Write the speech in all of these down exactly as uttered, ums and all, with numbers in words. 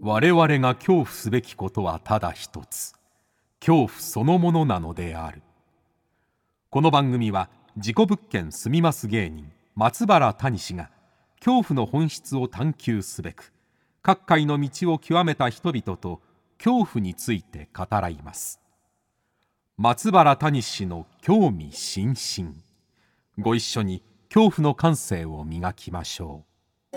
我々が恐怖すべきことはただ一つ、恐怖そのものなのである。この番組は事故物件住みます芸人松原谷氏が恐怖の本質を探求すべく各界の道を極めた人々と恐怖について語らいます。松原谷氏の興味津々、ご一緒に恐怖の感性を磨きましょう。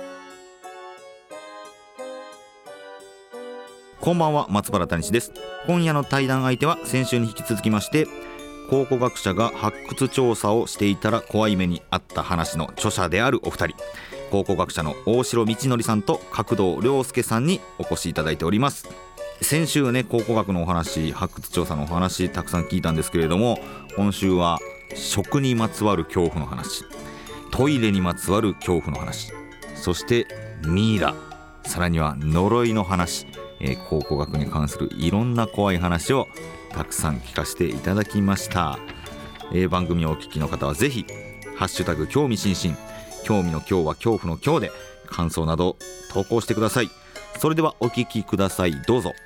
こんばんは、松原谷氏です。今夜の対談相手は先週に引き続きまして、考古学者が発掘調査をしていたら怖い目にあった話の著者であるお二人、考古学者の大城道則さんと角堂良介さんにお越しいただいております。先週ね、考古学のお話、発掘調査のお話たくさん聞いたんですけれども、今週は食にまつわる恐怖の話、トイレにまつわる恐怖の話、そしてミイラ、さらには呪いの話、えー、考古学に関するいろんな怖い話をたくさん聞かせていただきました。えー、番組をお聞きの方はぜひハッシュタグ興味津々、興味の今日は恐怖の今日で感想など投稿してください。それではお聞きください、どうぞ。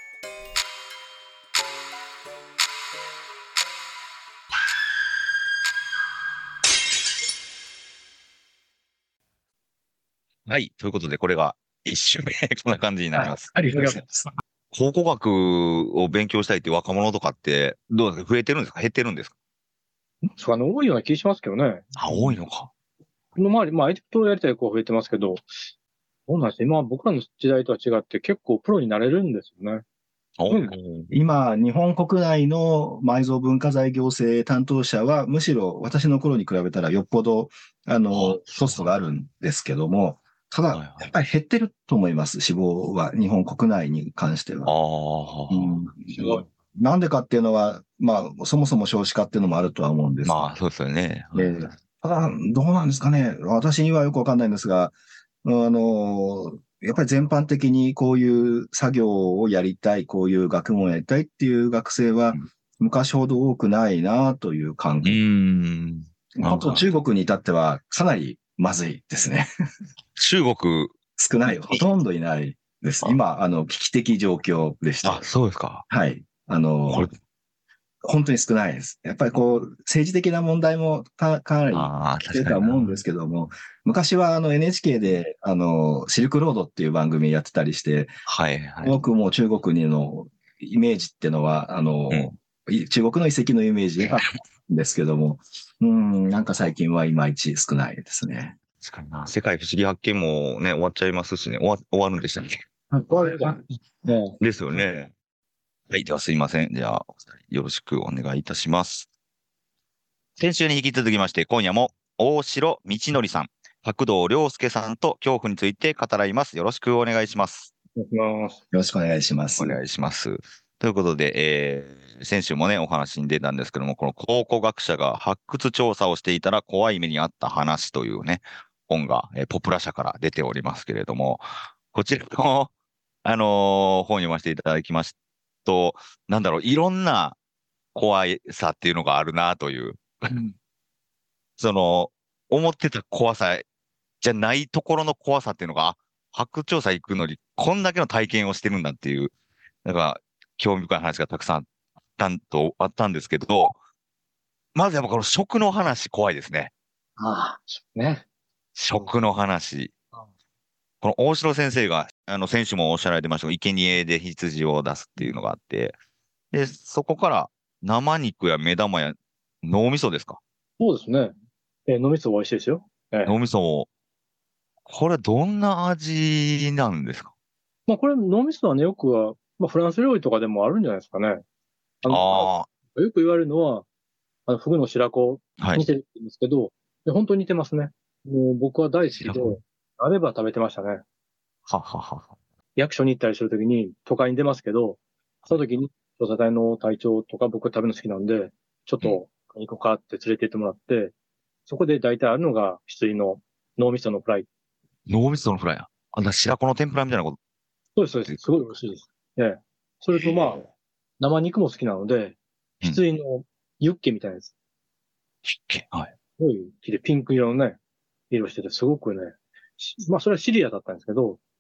はい、ということでこれが一週目こんな感じになります。 ありがとうございます。 考古学を勉強したいっていう若者とかってどうですか？増えてるんですか？減ってるんですか？ そう、あの、多いような気しますけどね。 あ、多いのか。 この周り、まあ、相手とやりたい子は増えてますけど、そうなんです。今、僕らの時代とは違って結構プロになれるんですよね。 お、 うん、 今、日本国内の埋蔵文化財行政担当者は、むしろ私の頃に比べたらよっぽど、あの、コストがあるんですけども、ただ、やっぱり減ってると思います、死亡は、日本国内に関しては。 あ、 うん、 すごい。 なんでかっていうのは、まあ、そもそも少子化っていうのもあるとは思うんですが。 まあ、そうですよね。 えーただ、どうなんですかね。私にはよくわかんないんですが、あの、やっぱり全般的にこういう作業をやりたい、こういう学問をやりたいっていう学生は昔ほど多くないなという感う覚。 ーん。 あと中国に至ってはかなりまずいですね。 中国。 少ない。ほとんどいないです。今、あの、危機的状況でした。 あ、そうですか。 はい。あの、本当に少ないです。やっぱりこう、政治的な問題もかかなり出るとは思うんですけども、昔はあの エヌエイチケー で、あの、シルクロードっていう番組やってたりして、 はいはい。 僕も中国にのイメージっていうのは、あの、うん、中国の遺跡のイメージがあるんですけども、うん、なんか最近はいまいち少ないですね。 確かにな。世界不思議発見もね、終わっちゃいますしね。終わ終わるんでしたっけ？ 終わる。 ですよね。はい。ではすいません。じゃあ、よろしくお願いいたします。先週に引き続きまして、今夜も大城道則さん、角堂良介さんと恐怖について語らいます。よろしくお願いします。 よろしくお願いします。 お願いします。ということで、えー、先週もね、お話に出たんですけども、この考古学者が発掘調査をしていたら怖い目にあった話というね、本が、えー、ポプラ社から出ておりますけれども、こちらの、あのー、本読ませていただきますと、なんだろう、いろんな怖いさっていうのがあるなという、うん、その、思ってた怖さじゃないところの怖さっていうのが、発掘調査行くのにこんだけの体験をしてるんだっていう、なんか、興味深い話がたくさんあったんと、あったんですけど、まずやっぱこの食の話怖いですね。 ああ、ね。 食の話。この大城先生が、あの、先週もおっしゃられてましたが、生贄で羊を出すっていうのがあって、で、そこから生肉や目玉や脳みそですか？ そうですね。えー、脳みそ美味しいですよ。えー、 脳みそも、これどんな味なんですか？ まあこれ脳みそはね、よくは、まあフランス料理とかでもあるんじゃないですかね。あの、 ああよく言われるのは、あの、フグの白子、似てるって言うんですけど、はい、本当に似てますね。もう僕は大好きで、あれば食べてましたね。 ははは。 役所に行ったりするときに、都会に出ますけど、その時に調査隊の隊長とか僕食べるの好きなんで、ちょっと行こうかって連れて行ってもらって、そこで大体あるのが羊の脳みそのフライ。 脳みそのフライや。あんな白子の天ぷらみたいなこと。 そうです、そうです。すごい美味しいです。ええ。それとまあ、生肉も好きなので、羊のユッケみたいなやつ。 ユッケ、はい。 すごい木でピンク色のね、色しててすごくね、まあそれはシリアだったんですけど、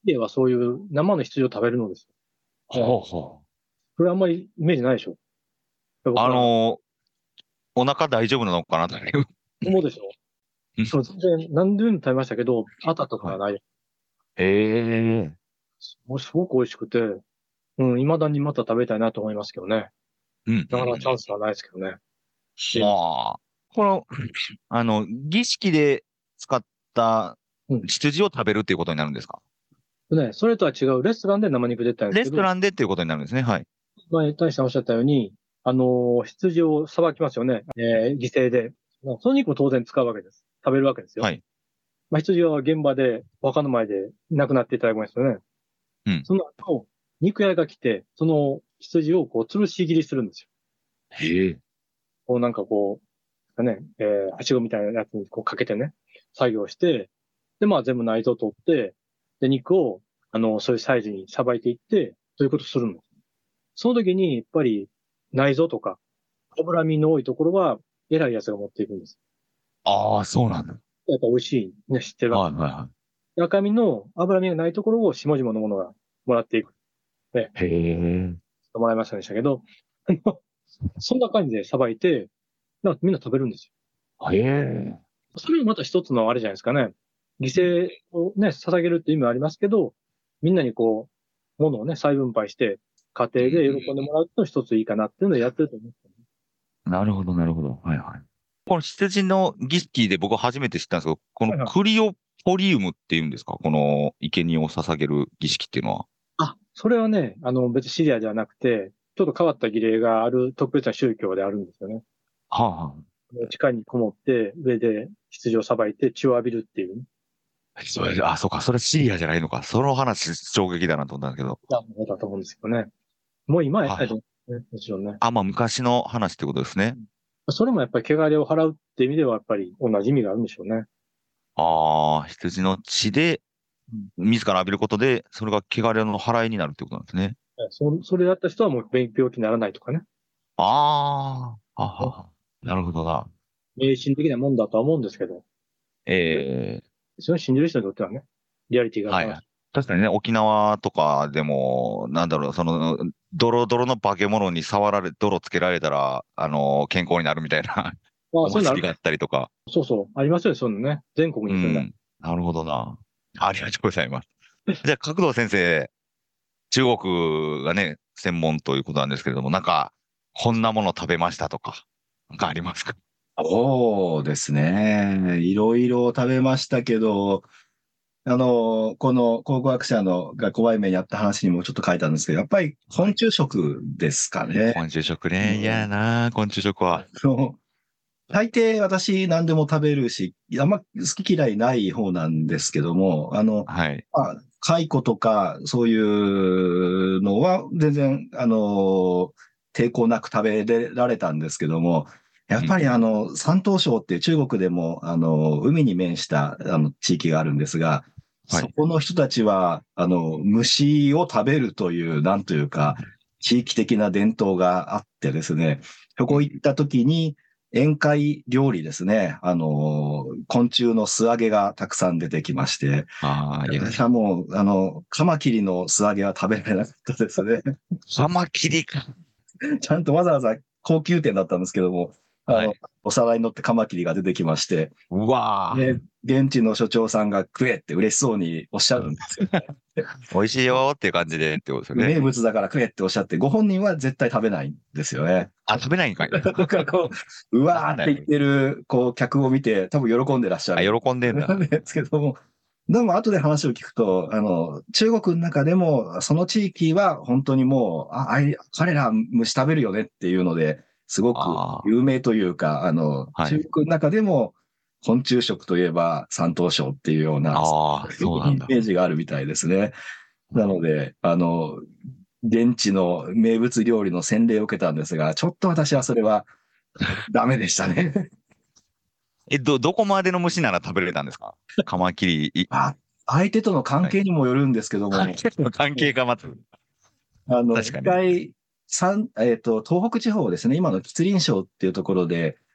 ではそういう生の羊を食べるのですよ。 ほうほう。 これあんまりイメージないでしょ。 あのー、お腹大丈夫なのかなという。 思うでしょ。 うんそう、全然何でも食べましたけど、あたとかはない。 へえ。 もうすごく美味しくて、うん、未だにまた食べたいなと思いますけどね。 うん。 なかなかチャンスはないですけどね。 まあ、この、あの、儀式で使ったうん羊を食べるっていうことになるんですか？ ね、それとは違うレストランで生肉出てたんですけど、 レストランでっていうことになるんですね。はい。 前、大使さんおっしゃったように、あのー羊をさばきますよね。えー犠牲で。まあその肉も当然使うわけです。食べるわけですよ。 はい。 まあ、羊は現場で、お墓の前で亡くなっていただきますよね。 うんその後、肉屋が来て、その羊をこう、吊るし切りするんですよ。 へえ。 こうなんかこう、ね、えー、はしごみたいなやつにこうかけてね、作業して、で、まあ全部内臓を取って、で、肉を、あの、そういうサイズにさばいていって、そういうことするんです。その時に、やっぱり、内臓とか、脂身の多いところは、偉いやつが持っていくんです。 ああ、そうなんだ。 やっぱ美味しい、ね、知ってるわけ。 はいはいは赤身の脂身がないところを下々のものがもらっていく。 い。へえ。 もらいましたでしたけど、そんな感じでさばいて、なんかみんな食べるんですへえ。 よ。それもまた一つのあれじゃないですかね。犠牲をね、捧げるっていう意味はありますけど、みんなにこう、ものをね、再分配して、家庭で喜んでもらうと一ついいかなっていうのをやってると思うんですよね。 なるほど、なるほど。はいはい。この羊の儀式で僕初めて知ったんですけど、このはいはいクリオポリウムっていうんですか？この生贄を捧げる儀式っていうのは。 あ、それはね、あの、別にシリアではなくて、ちょっと変わった儀礼がある特別な宗教であるんですよね。 はあは地下にこもって、上で羊をさばいて血を浴びるっていうね。 あ。それ、あ、そうか、それシリアじゃないのか。その話衝撃だなと思ったんだけど。 だと思うんですけどね。もう今はやはいっぱりね、もちろんね。 あ、まあ昔の話ってことですね。 それもやっぱり汚れを払うって意味ではやっぱり同じ意味があるんでしょうね。 ああ、羊の血でうん自ら浴びることで、それが汚れの払いになるってことなんですね。 そそれやった人はもう病気にならないとかね。 ああ、ははは。なるほどな。 迷信的なもんだとは思うんですけど、 ええそれを信じる人にとってはね、リアリティがあはい。 る話。 確かにね、沖縄とかでも、なんだろう、その、ドロドロの化け物に触られ、泥つけられたら、あの、健康になるみたいなまあ、 おそういうのある。 祭りがあったりとか。 そうそう。ありますよね、そういうのね。全国うにそういうの。 ん。なるほどな。ありがとうございます。じゃあ、角堂先生、中国がね、専門ということなんですけれども、なんか、こんなもの食べましたとか、なんかありますか？ そうですね。いろいろ食べましたけど、あの、この考古学者のが怖い目にあった話にもちょっと書いたんですけど、やっぱり昆虫食ですかね。 昆虫食ね。 うん嫌やな、昆虫食は。 そう大抵私何でも食べるし、あんま好き嫌いない方なんですけども、あの、 はい。 まあ、蚕とかそういうのは全然、あの、抵抗なく食べられたんですけども、やっぱりあの、山東省っていう中国でも、あの、海に面したあの地域があるんですが、 はいそこの人たちは、あの、虫を食べるという、なんというか、地域的な伝統があってですね、そこ行った時に、宴会料理ですね。あの、昆虫の素揚げがたくさん出てきまして、 ああ、いや、 私はもう、あの、カマキリの素揚げは食べられなかったですね。 カマキリか。 ちゃんとわざわざ高級店だったんですけども、あの、 はいお皿に乗ってカマキリが出てきまして、 うわー。 で、現地の所長さんが食えって嬉しそうにおっしゃるんですよ。 美味しいよっていう感じでってことですよね。 名物だから食えっておっしゃって、ご本人は絶対食べないんですよね。 あ、食べないんかい。 だからこう、うわーって言ってる、こう、客を見て、多分喜んでらっしゃる。 あ、喜んでんだ。 なんですけども、でも後で話を聞くと、あの、中国の中でも、その地域は本当にもう、あ、あい彼ら虫食べるよねっていうので、すごくあー有名というか、あの、 はい中国の中でも昆虫食といえば山東省っていうような、 ああ、そうなんだイ。メージがあるみたいですね。なので、あの、現地の名物料理の洗礼を受けたんですが、ちょっと私はそれはダメでしたね。 え、ど、どこまでの虫なら食べれたんですか？カマキリ、いあ、相手との関係にもよるんですけども、 関係の関係がまず。 あの、 確かに一回、三えっと、東北地方ですね、今の吉林省っていうところで、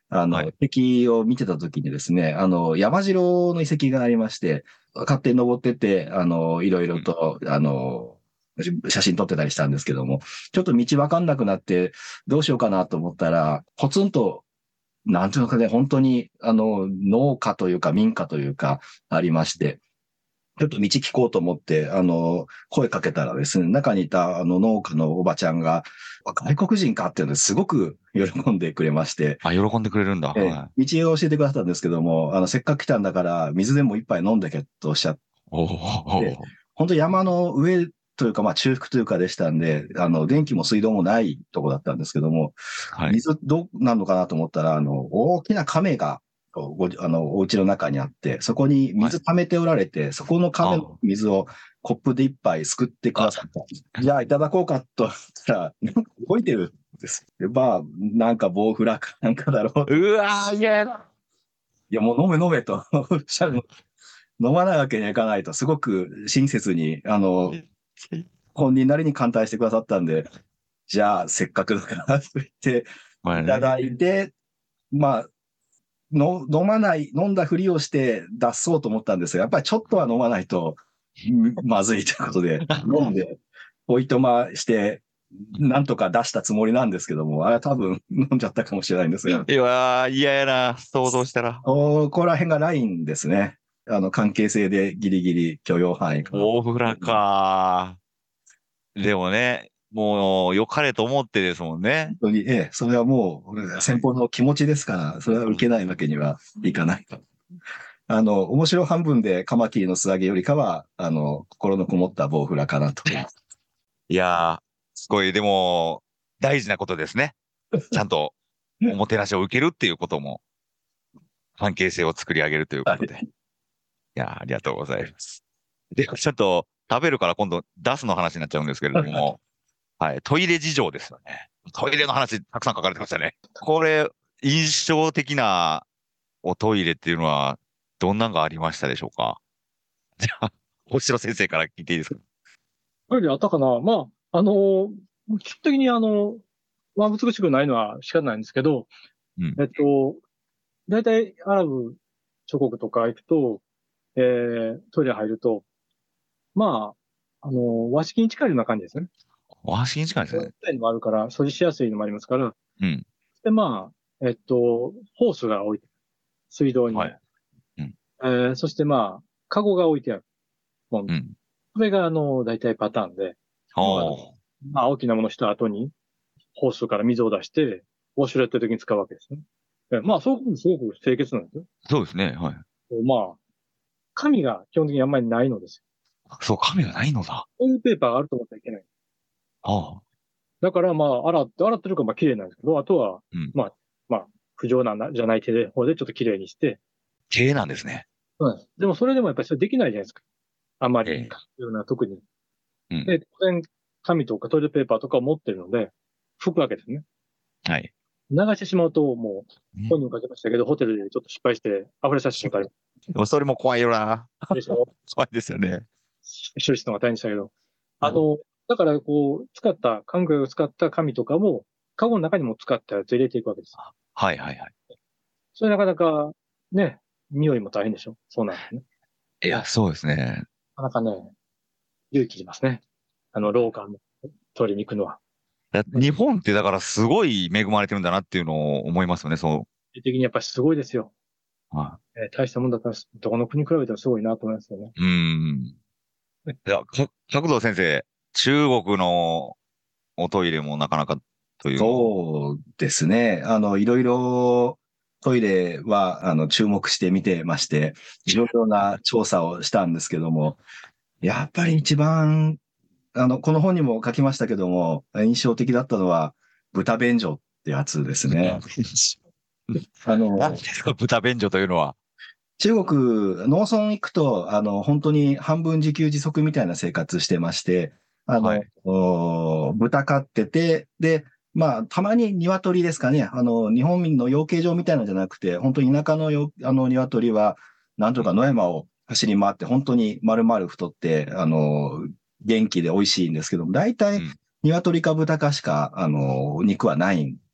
あの、 はい遺跡を見てた時にですね、あの、山城の遺跡がありまして、勝手に登ってって、あの、いろいろと、あの、写真撮ってたりしたんですけども、ちょっと道わかんなくなって、どうしようかなと思ったら、ポツンと、なんていうのかね、本当に、あの、農家というか民家というか、ありまして、ちょっと道聞こうと思って、あの、声かけたらですね、中にいたあの農家のおばちゃんが、外国人かっていうのですごく喜んでくれまして、 あ、喜んでくれるんだ。 えはえ道を教えてくださったんですけども、あの、せっかく来たんだから水でも一杯飲んでけとおっしゃっい。おでお。 本当山の上というか、まあ中腹というかでしたんで、あの、電気も水道もないとこだったんですけども、 はい。 水どうなんのかなと思ったら、あの、大きな亀が、こうごあの、お家の中にあって、そこに水溜めておられて、そこの亀の水をコップで一杯すくってくださった。じゃあいただこうかと言ったら、なんか動いてるんです。でまあ、なんか棒フラかなんかだろう。 うわー、嫌やな。 いや、もう飲め飲めとおっしゃる。飲まないわけにはいかないと、すごく親切に、あの、本人なりに歓待してくださったんで、じゃあ、せっかくだからと言ってまあいただね。 いて、まあ、の飲まない、飲んだふりをして出そうと思ったんですが、やっぱりちょっとは飲まないとんまずいということで、飲んで、おいとまして、なんとか出したつもりなんですけども、あれは多分飲んじゃったかもしれないんですが、 いやー、嫌やな。想像したら。 ここら辺がラインですね。あの、関係性でギリギリ許容範囲かな。 大フラか。でもね、もう、良かれと思ってですもんね。 本当に、ええ、それはもう、先方の気持ちですから、それは受けないわけにはいかないと。あの、面白半分でカマキリの素揚げよりかは、あの、心のこもったボウフラかなと。 いやー、すごい、でも、大事なことですね。ちゃんと、おもてなしを受けるっていうことも、関係性を作り上げるということで。いやー、ありがとうございます。で、ちょっと、食べるから今度、出すの話になっちゃうんですけれども、はい、トイレ事情ですよね。トイレの話、たくさん書かれてましたね。これ、印象的なおトイレっていうのは、どんなんがありましたでしょうか？じゃあ、星野先生から聞いていいですか？ トイレあったかな。まあ、あの、基本的にあの、まあ、美しくないのは仕方ないんですけど、 うん。 えっと、大体アラブ諸国とか行くと、えー、トイレ入ると、まあ、あの、和式に近いような感じですね。 和式に近いですね。 トイレもあるから、掃除しやすいのもありますから、 うん。 で、まあ、えっと、ホースが置いてある。水道に。 はい。うん。 えー、そしてまあ、カゴが置いてある。もんうん。 これが、あの、大体パターンで、 おー。 まあ、大きなものした後に、ホースから水を出して、ウォシュレット的に使うわけですね。えまあ、そうすごく清潔なんですよ。 そうですね。はい。 まあ、紙が基本的にあんまりないのですよ。 そう、紙がないのだ。 トイレペーパーがあると思ったらいけない。 ああ。 だからまあ、洗って、洗ってるからまあ綺麗なんですけど、あとは、 うん。 まあ、まあ、不浄ななじゃない手で、方でちょっと綺麗にして、 経営なんですね。 そうなんです。でもそれでもやっぱりそれできないじゃないですか。あんまり、 ええ。 ような特に。 うん。 で、当然、紙とかトイレペーパーとかを持ってるので、拭くわけですね。 はい。 流してしまうと、もう、本にも書きましたけど、ホテルでちょっと失敗して溢れさせてもらいでもそれも怖いよな。 までしょ。 怖いですよね。 処理するのが大変でしたけど。あの、だからこう、使った、韓国を使った紙とかも、カゴの中にも使ったやつ入れていくわけです。 はいはいはい。 それなかなか、ね、匂いも大変でしょ。そうなんですね。 いや、そうですね。 なかなかね、勇気いりますね。あの、廊下のトイレに行くのは。 だ日本ってだからすごい恵まれてるんだなっていうのを思いますよね、そ的にやっぱりすごいですよ。 う。はえー大したもんだったら、どこの国に比べてもすごいなと思いますよね。 い。うーん。いや、か角堂先生、中国のおトイレもなかなかというのは。 そうですね。あの、いろいろトイレは、あの、注目して見てまして、いろいろな調査をしたんですけども、やっぱり一番、あの、この本にも書きましたけども、印象的だったのは、豚便所ってやつですね。あの、 何ですか、豚便所というのは。 中国、農村行くと、あの、本当に半分自給自足みたいな生活してまして、あの、 はいお豚飼ってて、で、まあ、たまに鶏ですかね。あの、日本民の養鶏場みたいなのじゃなくて、本当に田舎のよあの鶏は、なんとか野山を走り回って、本当に丸々太って、あの、元気で美味しいんですけども、大体、 うん鶏か豚かしか、あの、肉はないん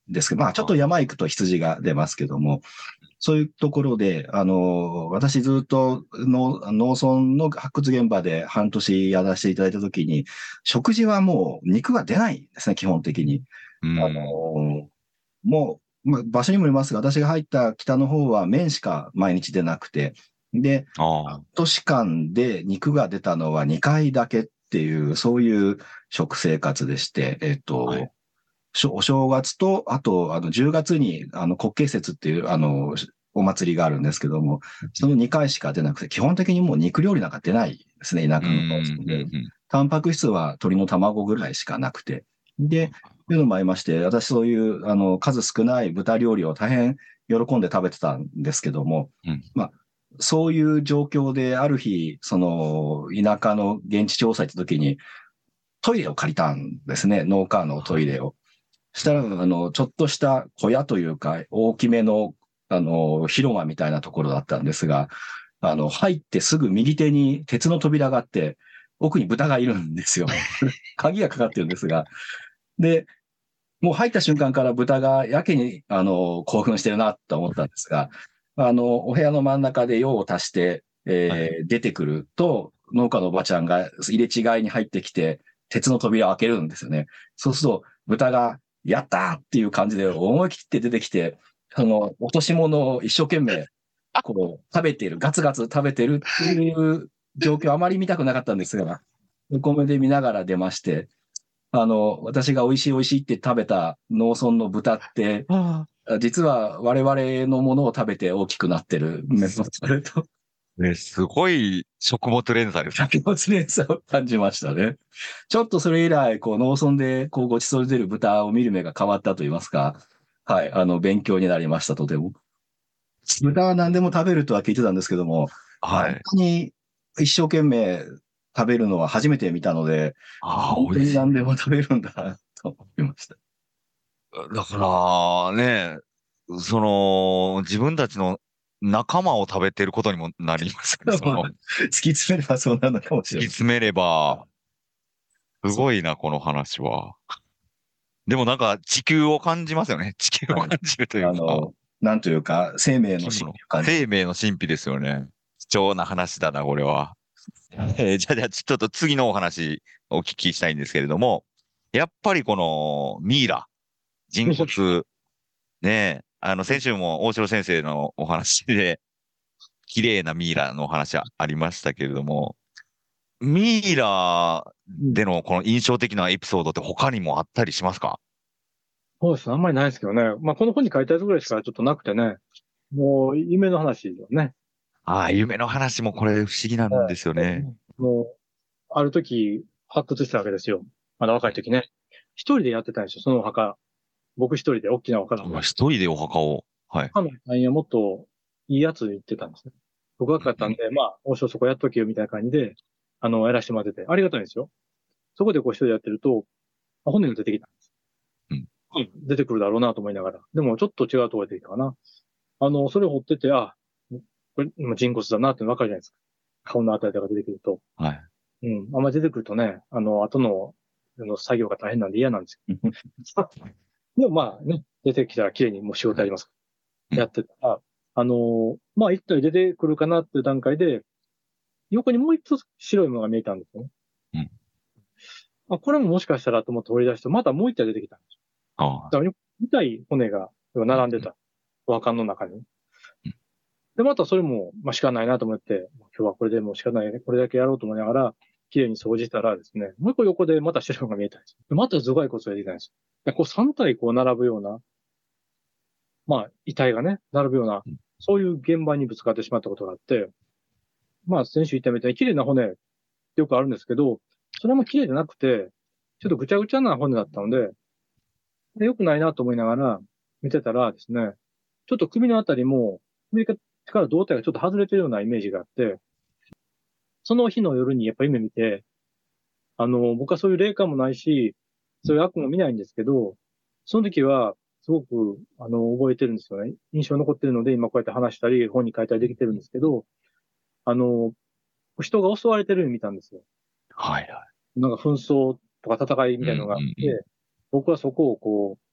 ですけど、まあちょっと山行くと羊が出ますけども、そういうところで、あの、私ずっと農農村の発掘現場で半年やらせていただいたときに、食事はもう肉が出ないんですね、基本的に。 うん。 あの、もう、まあ、場所にもよりますが、私が入った北の方は麺しか毎日出なくて、で、 ああ。 半年間で肉が出たのはにかいだけっていう、そういう食生活でして、えっと、 はいしょお正月と、あと、あの、じゅうがつに、あの、国慶節っていう、あの、お祭りがあるんですけども、そのにかいしか出なくて、基本的にもう肉料理なんか出ないですね、田舎のうん方で。 うんうんタンパク質は鶏の卵ぐらいしかなくて。で、というのもありまして、私そういう、あの、数少ない豚料理を大変喜んで食べてたんですけども、 うんまあ、そういう状況で、ある日、その、田舎の現地調査行った時に、トイレを借りたんですね、農家のトイレを。したら、あの、ちょっとした小屋というか、大きめの、あの、広間みたいなところだったんですが、あの、入ってすぐ右手に鉄の扉があって、奥に豚がいるんですよ。鍵がかかってるんですが。で、もう入った瞬間から豚がやけに、あの、興奮してるなと思ったんですが、あの、お部屋の真ん中で用を足して、えー出てくると、農家のおばちゃんが入れ違いに入ってきて、鉄の扉を開けるんですよね。そうすると、豚が、やったーっていう感じで思い切って出てきて、あの、落とし物を一生懸命、こう、食べている、ガツガツ食べてるっていう状況あまり見たくなかったんですが、横目で見ながら出まして、あの、私が美味しい美味しいって食べた農村の豚って、 あ実は我々のものを食べて大きくなってるメソそれと、 あ。ね、すごい食物連鎖ですね。 食物連鎖を感じましたね。ちょっとそれ以来、こう、農村で、こう、ごちそうに出る豚を見る目が変わったと言いますか、はい、あの、勉強になりました、とても。豚は何でも食べるとは聞いてたんですけども、 はい。 本当に一生懸命食べるのは初めて見たので、 ああ、 本当に美味しい。 何でも食べるんだな、と思いました。 だからね、その、自分たちの仲間を食べてることにもなりますよね。その、突突き詰めればそうなのかもしれない。 き詰めれば、すごいな、この話は。でもなんか地球を感じますよね。地球をはい感じるというか、 あの、なんというか、生命の神秘を感じる。 生命の神秘ですよね。貴重な話だな、これは。えーじゃあ、じゃあ、ちょっと次のお話お聞きしたいんですけれども、やっぱりこのミイラ、人骨、ねえ、あの、先週も大城先生のお話で、綺麗なミイラのお話ありましたけれども、ミイラでのこの印象的なエピソードって他にもあったりしますか？ そうですね。あんまりないですけどね。まあ、この本に書いたやつぐらいしかちょっとなくてね。もう、夢の話よね。 ああ、夢の話もこれ不思議なんですよね。 もう、ある時、発掘したわけですよ。まだ若い時ね。一人でやってたんですよ、そのお墓。僕一人で大きなお墓だった。 一人でお墓を。はい。 他の隊員はもっといいやつ言ってたんですね。僕が買ったんで、まあ、おしょそこやっとけよみたいな感じで、あの、やらせてもらってて、ありがたいんですよ。そこでこう一人でやってると、あ本人が出てきたんです。 うんうん。出てくるだろうなと思いながら。でもちょっと違うところで出てきたかな。あの、それを掘ってて、あ、これ今人骨だなってわかるじゃないですか。顔のあたりとか出てくると。 はい。 うん。あんまり出てくるとね、あの、後の、あの作業が大変なんで嫌なんですよ。でもまあね、出てきたら綺麗にもう仕事やります。 うんやってたら、あの、まあ一体出てくるかなっていう段階で、横にもう一つ白いものが見えたんですよね。 うん。 あ、これももしかしたらと思って掘り出して、またもう一体出てきたんですよ。 ああ。 だから、痛い骨が並んでた。お墓の中に。 うんで、またそれも、まあ、仕方ないなと思って、今日はこれでもう仕方ないね。これだけやろうと思いながら、綺麗に掃除したらですね、もう一個横でまた白いのが見えたんですよ。でまた頭蓋骨が出てきたんですよ。でこうさん体こう並ぶような、まあ、遺体がね、並ぶような、そういう現場にぶつかってしまったことがあって、まあ、先週言ったみたいに綺麗な骨ってよくあるんですけど、それも綺麗じゃなくて、ちょっとぐちゃぐちゃな骨だったので、で良くないなと思いながら見てたらですね、ちょっと首のあたりも、首から胴体がちょっと外れてるようなイメージがあって、その日の夜にやっぱ夢見て、あの、僕はそういう霊感もないし、そういう悪も見ないんですけど、その時は、すごく、あの、覚えてるんですよね。印象に残ってるので、今こうやって話したり、本に書いたりできてるんですけど、あの、人が襲われてるように見たんですよ。 はいはい。 なんか紛争とか戦いみたいなのがあって、 うんうんうん僕はそこをこう、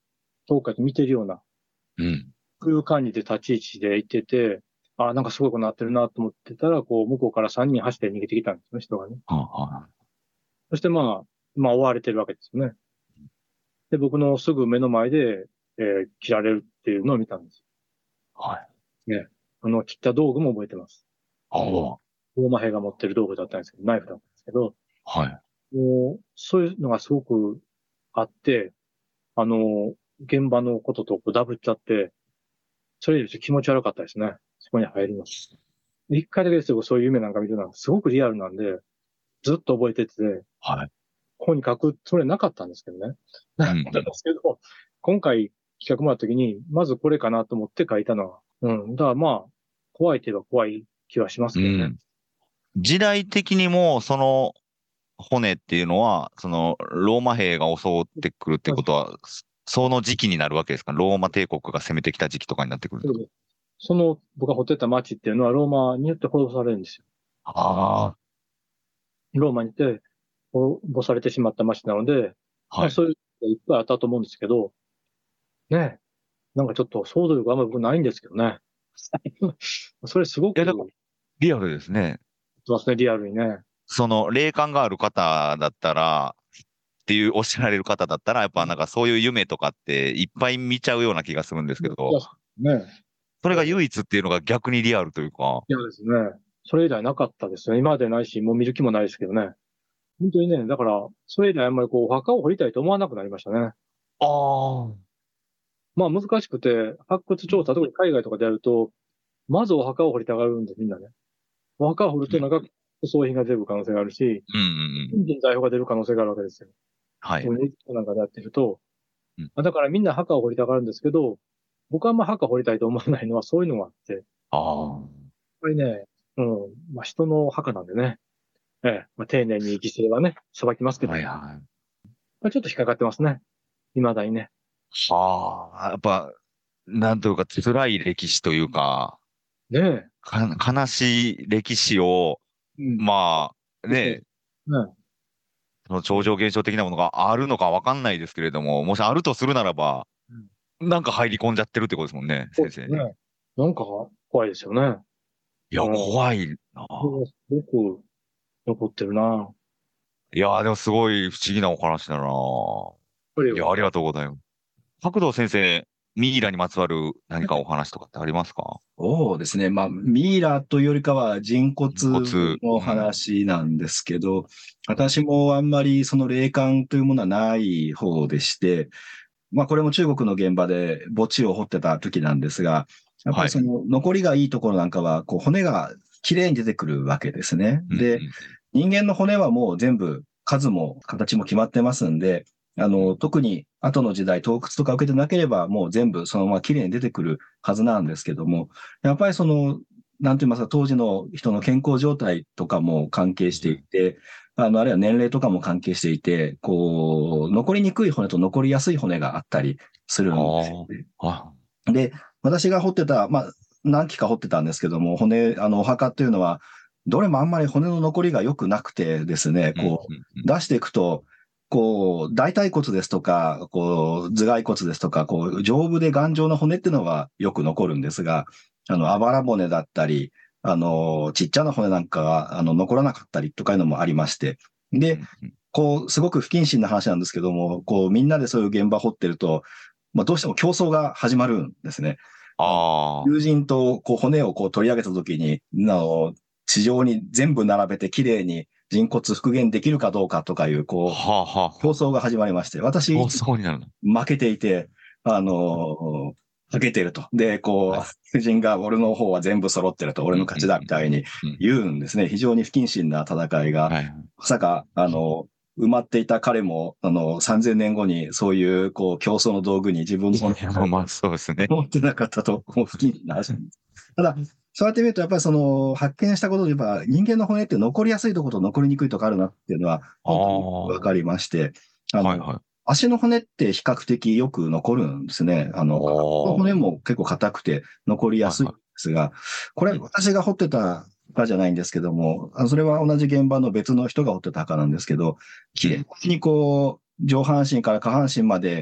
遠くから見てるような、 うん。 空間にで立ち位置でいてて、ああ、なんかすごいことになってるなと思ってたら、こう、向こうからさんにん走って逃げてきたんですね、人がね。 はあ、はあ。 そしてまあ、まあ追われてるわけですよね。で、僕のすぐ目の前で、えー切られるっていうのを見たんですはい。 よ。ね。あの、切った道具も覚えてます。 ああ。 ローマ兵が持ってる道具だったんですけど、ナイフだったんですけど、 はい。 もう、そういうのがすごくあって、あの、現場のこととこうダブっちゃって、それより気持ち悪かったですね。そこに入るの。一回だけですよ、そういう夢なんか見てるのは、すごくリアルなんで、ずっと覚えてて、 はい。 ここに書くつもりはなかったんですけどね。なかったんですけど、今回企画もらった時に、まずこれかなと思って書いたのは。うん。だからまあ、怖いといえば怖い気はしますうけどね。 ん。時代的にも、その骨っていうのは、その、ローマ兵が襲ってくるってことは、その時期になるわけですか？ローマ帝国が攻めてきた時期とかになってくるんですか？ その、僕が掘ってた町っていうのはローマによって滅ぼされるんですよ。 あローマに行って滅ぼされてしまった町なので、 あ。 まあはい。 そういうのいっぱいあったと思うんですけど、ねえ、なんかちょっと想像力あんまり僕ないんですけどね。それすごくいや、だから、リアルですね。 ますね、リアルにね。 その、霊感がある方だったら、っていうおっしゃられる方だったら、やっぱなんかそういう夢とかっていっぱい見ちゃうような気がするんですけど、 ねそれが唯一っていうのが逆にリアルというか、 いやですね。それ以来なかったですね。今までないし、もう見る気もないですけどね。本当にね、だから、それ以来あんまりこう、お墓を掘りたいと思わなくなりましたね。 ああ。 まあ難しくて、発掘調査、特に海外とかでやると、まずお墓を掘りたがるんで、みんなね。お墓を掘るとなんか、副葬品が出る可能性があるし、 うんうんうん。 金銀財宝が出る可能性があるわけですよ。 はい。 こういうなんかでやってると。 うんだからみんな墓を掘りたがるんですけど、僕はあんま墓を掘りたいと思わないのはそういうのがあって、やっあぱりね、うん、まあ人の墓なんでね、ええ、まあ丁寧に犠牲はね、裁きますけあ。 ど、 はいはい。 まあ、ちょっと引っかかってますね。未だにね。 はあ。やっぱ、なんというか辛い歴史というか、 ねえ。 か、悲しい歴史を、 うん。 まあ、 そうそうね、 ねその超常現象的なものがあるのかわかんないですけれども、もしあるとするならば、 うん。 なんか入り込んじゃってるってことですもんね、 そう先生に。 ですね。なんか怖いですよね。 いや、 うん。 怖いな。 それがすごく残ってるな。やっいや、でもすごい不思議なお話だな。 ぱり、 いや、ありがとうございます。白道先生、ミイラにまつわる何かお話とかってありますか？ そうですね。まあ、ミイラというよりかは人骨人骨。 のうん。 話なんですけど、私もあんまりその霊感というものはない方でして、まあこれも中国の現場で墓地を掘ってた時なんですが、やっぱはい。 りその残りがいいところなんかは、こう骨が綺麗に出てくるわけですね。 うんうで、 ん人間の骨はもう全部数も形も決まってますんで、あうん。 の、特に後の時代、盗掘とか受けてなければ、もう全部そのまま綺麗に出てくるはずなんですけども、やっぱりその、なんて言いますか、当時の人の健康状態とかも関係していて、あの、あるいは年齢とかも関係していて、こう、残りにくい骨と残りやすい骨があったりするんですよね。 ああ。 で、私が掘ってた、まあ、何基か掘ってたんですけども、骨、あの、お墓っていうのは、どれもあんまり骨の残りが良くなくてですね、 うんうんこう、 うん。 出していくと、こう、大腿骨ですとか、こう、頭蓋骨ですとか、こう、丈夫で頑丈な骨っていうのはよく残るんですが、あの、あばら骨だったり、あの、ちっちゃな骨なんかが、あの、残らなかったりとかいうのもありまして、で、 うんうん。 こう、すごく不謹慎な話なんですけども、こう、みんなでそういう現場掘ってると、まあ、どうしても競争が始まるんですね。あのああ。 友人とこう骨をこう取り上げたときに、あの、地上に全部並べて綺麗に人骨復元できるかどうかとかいう、こう、 はあはあはあ。 競争が始まりまして、私、 競いつも争になるの。 負けていて、あの、負けてると。で、こう、 はい。 夫人が俺の方は全部揃ってると、俺うんの勝ちだみたいにうんうん。 言うんですね。非常に不謹慎な戦いが、 はい。 まさか、あの、埋まっていた彼も、あの、さんぜんねんごにそういう、こう、競争の道具に自分のものいや、まあそうですね。 思ってなかったと、もう不謹慎な話なんです。ただ、そうやって見ると、やっぱりその、発見したことで言えば、人間の骨って残りやすいところと残りにくいところあるなっていうのは、 あ本当にわかあ。 りまして、あの、 はいはい。 足の骨って比較的よく残るんですね。あの、体の骨あも結構硬くて残りあ。はいはやすいんですが、これい。うん。 私が掘ってた墓じゃないんですけども、あそれは同じ現場の別の人が掘ってた墓なんですけど、綺麗にこう、上半身から下半身まで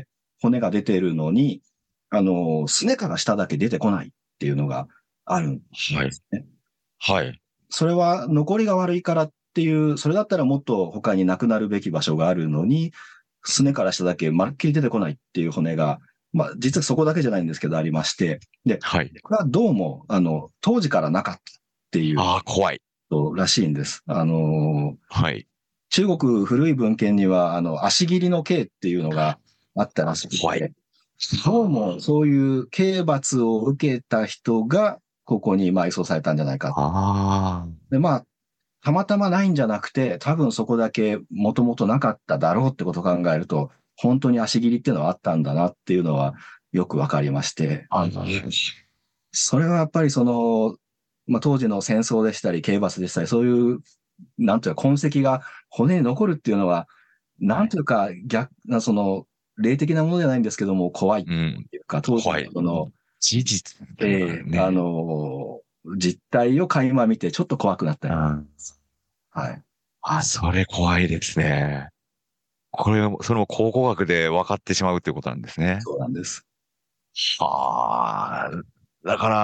骨が出ているのに、あの、すねから下だけ出てこないっていうのがあるんですね。 はい。はい。 それは残りが悪いからっていう、それだったらもっと他になくなるべき場所があるのに、すねから下だけまるっきり出てこないっていう骨が、まあ実はそこだけじゃないんですけどありまして、で、 はい。 これはどうも、あの、当時からなかったっていうああ、怖い。 らしいんです。あの、 はい。 中国古い文献には、あの、足切りの刑っていうのがあったらしく怖い。 て、どうもそういう刑罰を受けた人が、ここに埋葬されたんじゃないか。 ああ。 で、まあ、たまたまないんじゃなくて、多分そこだけもともとなかっただろうってことを考えると、本当に足切りっていうのはあったんだなっていうのはよくわかりまして、 あそれはやっぱりその、まあ、当時の戦争でしたり、刑罰でしたり、そういう、なんというか痕跡が骨に残るっていうのは、なんというか逆、その、霊的なものじゃないんですけども、怖いっていうか、当時のその、 事実、 ええあの、実態を垣間見てちょっと怖くなったよ。はい。 あ、それ怖いですね。これ、それも考古学で分かってしまうっていうことなんですね。 そうなんです。 ああ、だから、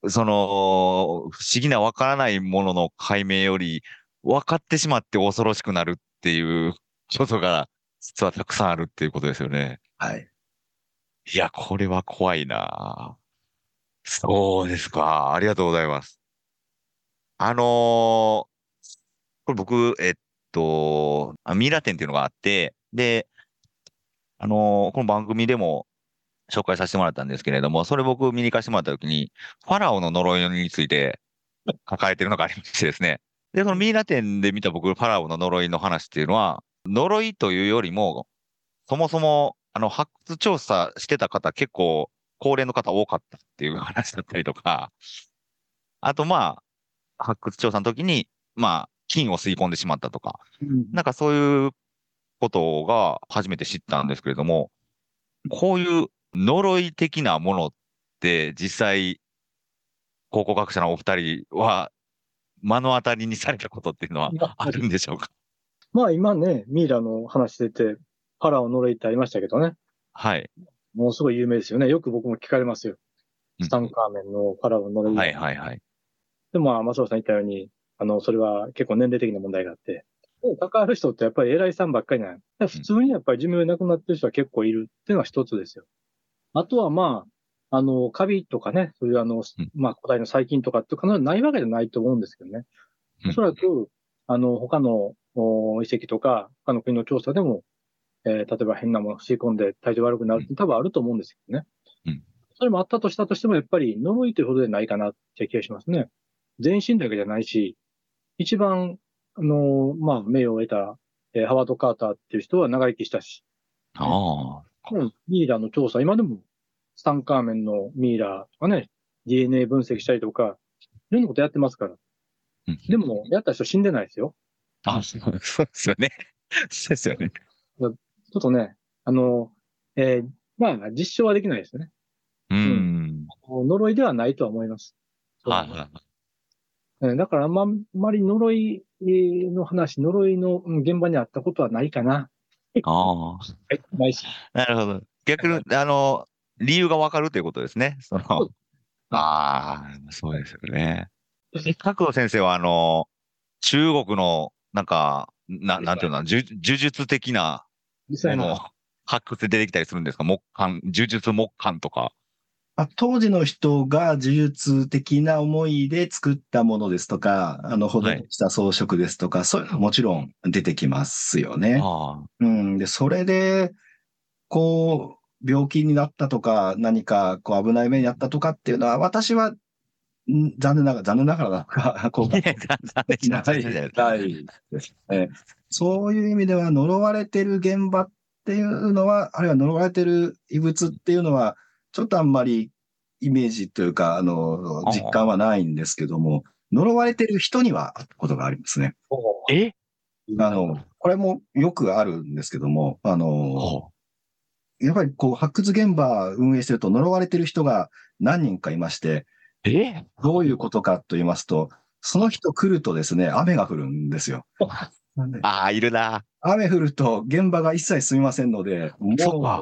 その、不思議な分からないものの解明より、分かってしまって恐ろしくなるっていうことが、実はたくさんあるっていうことですよね。 はい。 いや、これは怖いな。そうですか。ありがとうございます。あのーこれ僕、えっと、あミイラ展っていうのがあって、で、あのーこの番組でも紹介させてもらったんですけれども、それ僕見に行かせてもらったときに、ファラオの呪いについて書かれてるのがありましてですね。で、そのミイラ展で見た僕、ファラオの呪いの話っていうのは、呪いというよりも、そもそも、あの、発掘調査してた方結構、高齢の方多かったっていう話だったりとか、あとまあ、発掘調査の時に、まあ、金を吸い込んでしまったとか、なんかそういうことが初めて知ったんですけれども、こういう呪い的なものって実際、考古学者のお二人は目の当たりにされたことっていうのはあるんでしょうか？ まあ今ね、ミイラの話出て、ファラオの呪いってありましたけどね。 はい。 ものすごい有名ですよね。よく僕も聞かれますよ。ツタンカーメンのファラオの呪い。 はいはいはい。 でもまあ、松尾さん言ったように、あの、それは結構年齢的な問題があって、関わる人ってやっぱり偉いさんばっかりなんや。普通にやっぱり寿命なくなってる人は結構いるっていうのが一つですよ。あとはまあ、あの、カビとかね、そういうあの、まあ、古代の細菌とかって必ずないわけじゃないと思うんですけどね。おそらく、あの、他の遺跡とか、他の国の調査でも、えー、例えば変なものを吸い込んで体調悪くなるって多分あると思うんですけどね。うん、それもあったとしたとしても、やっぱり呪いというほどでないかなって気がしますね。全身だけじゃないし、一番、あのー、まあ、名誉を得た、えー、ハワード・カーターっていう人は長生きしたし。 ああ。 うん、ミイラの調査、今でも、ツタンカーメンのミイラとかね、ディーエヌエー 分析したりとか、いろんなことやってますから。うん、でも、やった人死んでないですよ。 あ、そうですよね。そうですよね。 ちょっとね、あの、えー、まあ、実証はできないですね。 うん。 うん、呪いではないとは思います。 はいはいはい。だから、あんまり呪いの話、呪いの現場にあったことはないかな。 ああ。 はい、ないし。 なるほど。逆に、あの、理由がわかるということですね。その、ああ、そうですよね。角野先生は、あの、中国の、なんか、ななんていうの、呪呪術的なものを発掘で出てきたりするんですか？木簡、呪術木簡とか。 あ、当時の人が呪術的な思いで作ったものですとか、あの、施した装飾ですとか、はい、そういうのはもちろん出てきますよね。あうん。で、それで、こう、病気になったとか、何かこう危ない目にあったとかっていうのは、私は、ん残念ながら、残念ながらなんか、こう、ないですね。そういう意味では、呪われてる現場っていうのは、あるいは呪われてる遺物っていうのは、ちょっとあんまりイメージというか、あの、実感はないんですけども、呪われてる人には会ったことがありますね。 えあの、これもよくあるんですけども、あの、やっぱりこう、発掘現場運営してると呪われてる人が何人かいまして、 えどういうことかと言いますと、その人来るとですね、雨が降るんですよ。 ああ、いるな。 雨降ると現場が一切済みませんので、もう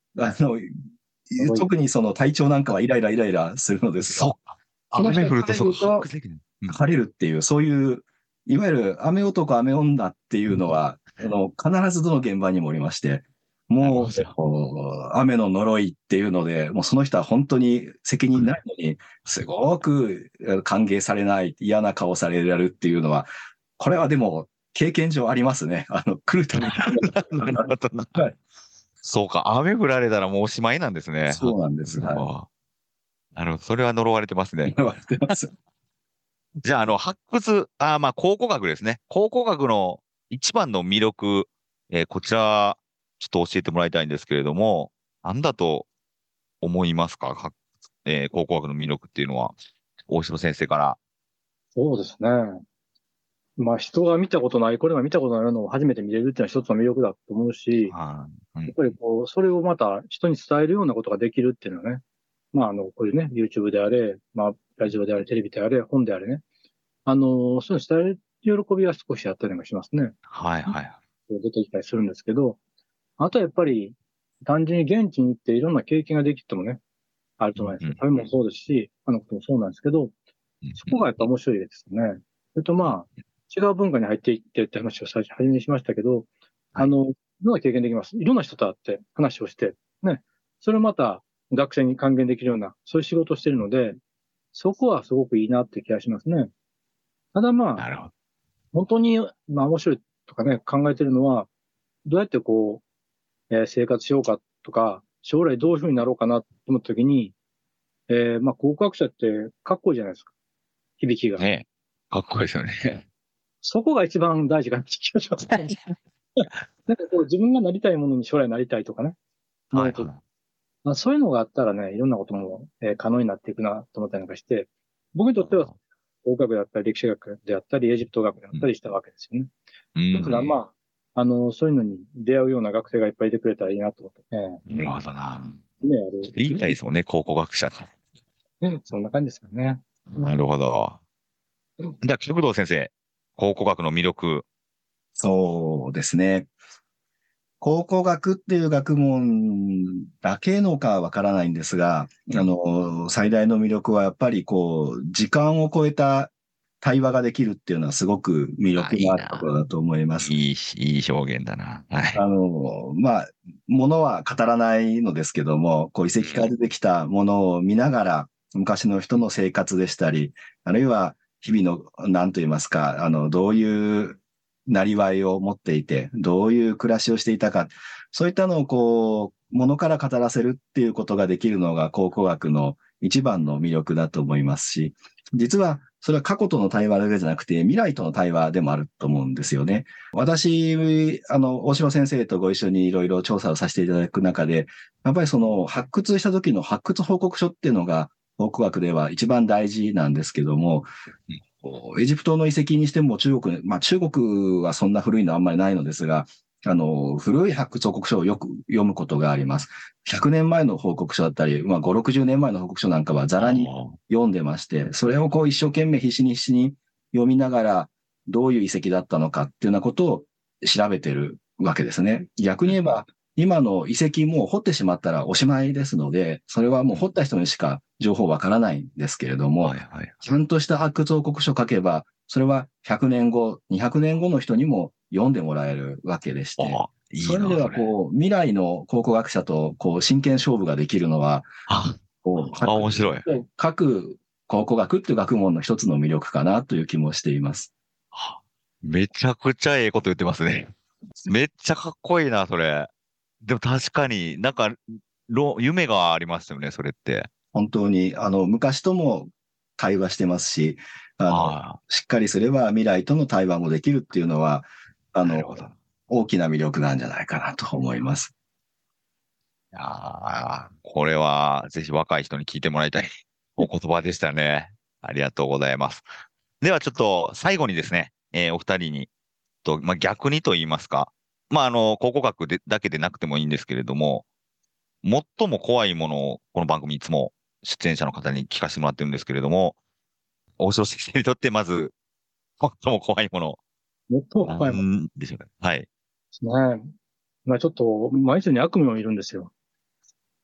あの、特にその体調なんかはイライライライラするのですが、 そうか。雨降ると、そうか。発掘できない。うん晴れるっていう、そういう、いわゆる雨男、雨女っていうのは、あの、必ずどの現場にもおりまして、もうなるほど、 こう雨の呪いっていうので、もうその人は本当に責任ないのに、すごくえ歓迎されない、嫌な顔されるっていうのは、これはでも経験上ありますね。あの、来るたびに。 なるほどな。 はい。 そうか。雨降られたらもうおしまいなんですね。 そうなんです。はああなるほど。それは呪われてますねい。。言われてます。 じゃあ、あの、発掘、あーまあ、考古学ですね。考古学の一番の魅力、えーこちら、ちょっと教えてもらいたいんですけれども、何だと思いますか発えー考古学の魅力っていうのは、大城先生から。 そうですね。まあ人が見たことない、これは見たことないのを初めて見れるっていうのは一つの魅力だと思うし、 はいうんやっぱりこう、それをまた人に伝えるようなことができるっていうのはね、まああの、こういうね、YouTube であれ、まあラジオであれ、テレビであれ、本であれね、あの、そういうの伝える喜びは少しあったりもしますね。 はいはい。 出てきたりするんですけど、あとはやっぱり単純に現地に行っていろんな経験ができてもね、あると思います。 うんうん食べ物もそうですし、あのこともそうなんですけど、そこがやっぱ面白いですよね。それとまあ、違う文化に入っていってって話を最初、初めにしましたけど、あの、いろんな経験できます。いろんな人と会って話をして、ね。それをまた学生に還元できるような、そういう仕事をしているので、そこはすごくいいなって気がしますね。ただまあ、 なるほど。 本当に、まあ面白いとかね、考えてるのは、どうやってこう、えー生活しようかとか、将来どういうふうになろうかなと思ったときに、えーまあ考古学者ってかっこいいじゃないですか。響きが。 ねかっこいいですよね。 そこが一番大事かなって気がします。なんかこう自分がなりたいものに将来なりたいとかね。思うとはいはい。 まあ、そういうのがあったらね、いろんなことも、えー可能になっていくなと思ったりなんかして、僕にとっては、法学であったり、歴史学であったり、エジプト学であったりしたわけですよね。 うんだからまあ、あの、そういうのに出会うような学生がいっぱいいてくれたらいいなと思って、えなるほどな。 えね、ある。 言いたいですもんね、考古学者。 ねそんな感じですよね。 なるほど。じゃあ、菊堂先生、考古学の魅力。 そうですね。考古学っていう学問だけのかわからないんですが、あの、最大の魅力はやっぱりこう、時間を超えた対話ができるっていうのはすごく魅力があるところだと思います。 いい、いい表現だな。はい。 あの、まあ、ものは語らないのですけども、こう遺跡から出てきたものを見ながら、昔の人の生活でしたり、あるいは日々の、何と言いますか、あの、どういうなりわいを持っていて、どういう暮らしをしていたか、そういったのをこう、ものから語らせるっていうことができるのが考古学の一番の魅力だと思いますし、実はそれは過去との対話だけじゃなくて、未来との対話でもあると思うんですよね。私、あの、大城先生とご一緒にいろいろ調査をさせていただく中で、やっぱりその発掘した時の発掘報告書っていうのが、考古学では一番大事なんですけども、エジプトの遺跡にしても中国、まあ中国はそんな古いのはあんまりないのですが、あの、古い発掘報告書をよく読むことがあります。ひゃくねんまえの報告書だったり、まあご、ろくじゅうねんまえの報告書なんかはざらに読んでまして、それをこう一生懸命必死に必死に読みながら、どういう遺跡だったのかっていうようなことを調べてるわけですね。逆に言えば、今の遺跡も掘ってしまったらおしまいですので、それはもう掘った人にしか情報わからないんですけれども、 はいはい。 ちゃんとした発掘報告書を書けば、それはひゃくねんご、にひゃくねんごの人にも読んでもらえるわけでして、 あ、いいな、 そういう意味では、 それ。 こう、未来の考古学者と、こう、真剣勝負ができるのは、 あ、 こう、 あ、面白い。 各考古学っていう学問の一つの魅力かなという気もしています。 あめちゃくちゃええこと言ってますね。めっちゃかっこいいな、それ。でも確かになんか、ろ夢がありますよね、それって。 本当に、あの、昔とも対話してますし、あの、 あしっかりすれば未来との対話もできるっていうのは、ああ、なるの、 ほど。い大きな魅力なんじゃないかなと思います。 やーこれはぜひ若い人に聞いてもらいたいお言葉でしたね。ありがとうございます。ではちょっと最後にですね、えーお二人に、と、まあ、逆にと言いますか、まあ、あの、考古学でだけでなくてもいいんですけれども、最も怖いものをこの番組いつも出演者の方に聞かせてもらってるんですけれども、大城先生にとってまず、最も怖いもの、 最も怖いもんなんでしょうか。はい。 ですね。まあちょっと、毎日に悪夢を見るんですよ。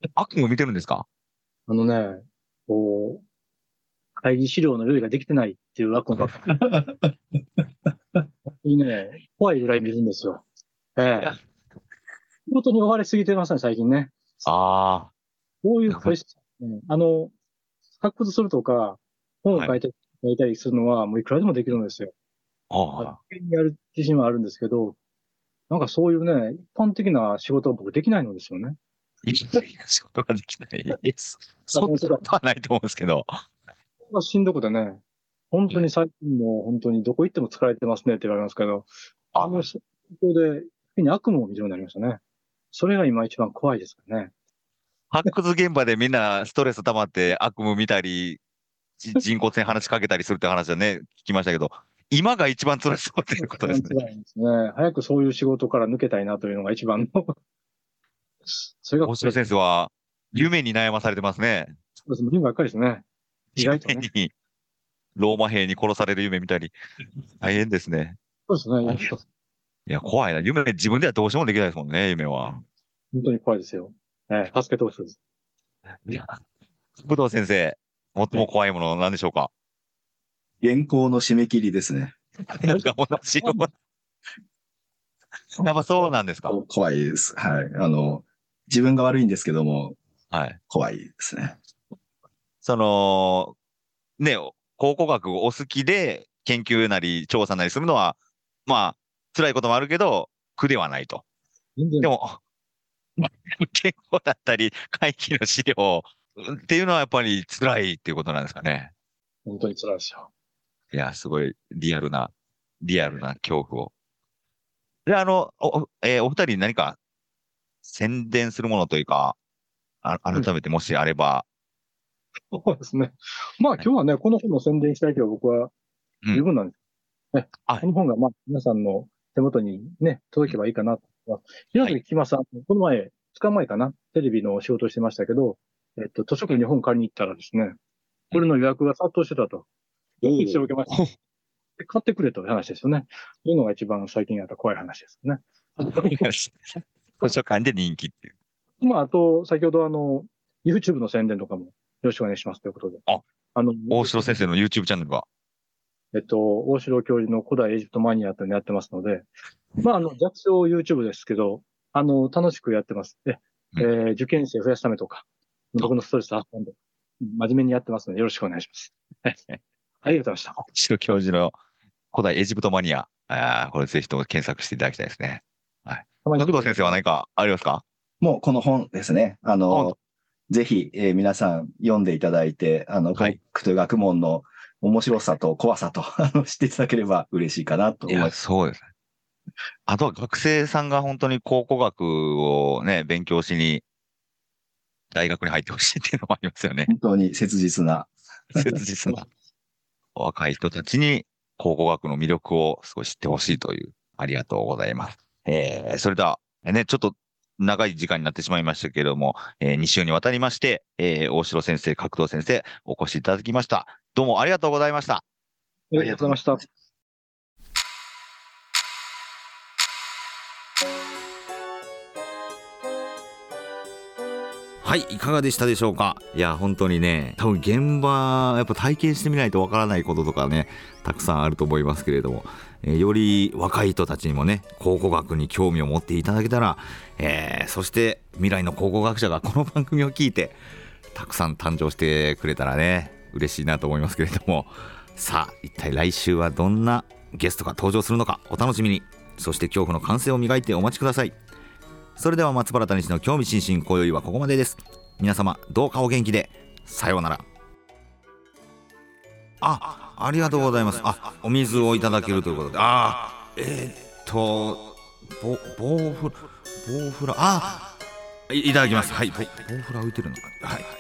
悪夢見てるんですか？ あのね、こう、会議資料の用意ができてないっていう悪夢ばっかり。本当にね、怖いぐらい見るんですよ。ええ。仕事に追われすぎてますね、最近ね。 あこういう会社、ね、あの、発掘するとか、本を書いて、書いたりするのは、もういくらでもできるんですよ。 あ、ああ、 やる自信はあるんですけど、なんかそういうね、一般的な仕事は僕できないのですよね。 一般的な仕事ができないです。そんなことはないと思うんですけど。 ここがしんどくてね、本当に最近も本当にどこ行っても疲れてますねって言われますけど、あの、そこで、変に悪夢を見るようになりましたね。それが今一番怖いですからね。 発掘現場でみんなストレス溜まって悪夢見たり、じ人骨に話しかけたりするって話はね、聞きましたけど、今が一番辛そうっていうことですね。 辛いですね。早くそういう仕事から抜けたいなというのが一番のそれが、 大城先生は夢に悩まされてますね。 そうです。夢ばっかりですね。意外とね。 夢に、ローマ兵に殺される夢見たり、大変ですね。 そうですね。 いや、怖いな。夢、自分ではどうしてもできないですもんね、夢は。 本当に怖いですよ。ええ、助けてほしいです。 いや、武藤先生、最も怖いものは何でしょうか？ 原稿の締め切りですね。 なんか同じような。やっぱそうなんですか？ 怖いです。はい。あの、自分が悪いんですけども、 はい。 怖いですね。 その、ね、考古学お好きで研究なり調査なりするのは、まあ、辛いこともあるけど、苦ではないと。 全然でも、原稿だったり、会議の資料っていうのはやっぱり辛いっていうことなんですかね。 本当に辛いですよ。 いや、すごいリアルな、リアルな恐怖を。で、あの、お、えーお二人に何か宣伝するものというか、あ、改めてもしあれば、 そうですね。まあ今日はね、この本の宣伝したいけど僕はうん。 十分なんです。ね、 あ、 この本がまあ皆さんの手元にね、届けばいいかなと思います。平はい。 崎きまさん、この前、つかまえかな、テレビの仕事をしてましたけど、えっと、図書館に本借りに行ったらですね、これの予約が殺到してたと。一応受けました。で買ってくれという話ですよね。そういうのが一番最近あった怖い話ですね。 図書館で人気っていう。 まあ、あと、先ほどあの、YouTube の宣伝とかもよろしくお願いしますということで。 あ、 あの、 大城先生の YouTube チャンネルが。 えっと、大城教授の古代エジプトマニアというのをやってますので、まあ、あの、弱小 YouTube ですけど、あの、楽しくやってます。で、えー受験生増やすためとか、僕のストレス発散で、真面目にやってますので、よろしくお願いします。ありがとうございました。 大城教授の古代エジプトマニア。ああ、これぜひとも検索していただきたいですね。はい。角藤先生は何かありますか？ もうこの本ですね。あの、ぜひ、えー皆さん読んでいただいて、あの、 はい。 国という学問の面白さと怖さとあの知っていただければ嬉しいかなといや、 思います。 そうですね。あとは学生さんが本当に考古学をね、勉強しに大学に入ってほしいっていうのもありますよね。 本当に切実な。 切実な若い人たちに考古学の魅力を少し知ってほしいという、ありがとうございます。えー、それでは、ね、ちょっと長い時間になってしまいましたけれども、えー、に週にわたりまして、えー、大城先生、角藤先生、お越しいただきました。どうもありがとうございました。 ありがとうございました。 はい、いかがでしたでしょうか。いや、本当にね、多分現場、やっぱ体験してみないとわからないこととかね、たくさんあると思いますけれども、えーより若い人たちにもね、考古学に興味を持っていただけたら、えーそして未来の考古学者がこの番組を聞いて、たくさん誕生してくれたらね、嬉しいなと思いますけれども、さあ、一体来週はどんなゲストが登場するのか、お楽しみに。そして恐怖の感性を磨いてお待ちください。それでは松原谷氏の興味津々、今宵はここまでです。皆様どうかお元気で。さようなら。あ、ありがとうございます。あ、お水をいただけるということで、あー、えー、っとボボウフボウフラ、あ、い、いただきます。はい、ボボウフラ浮いてるのか、はい。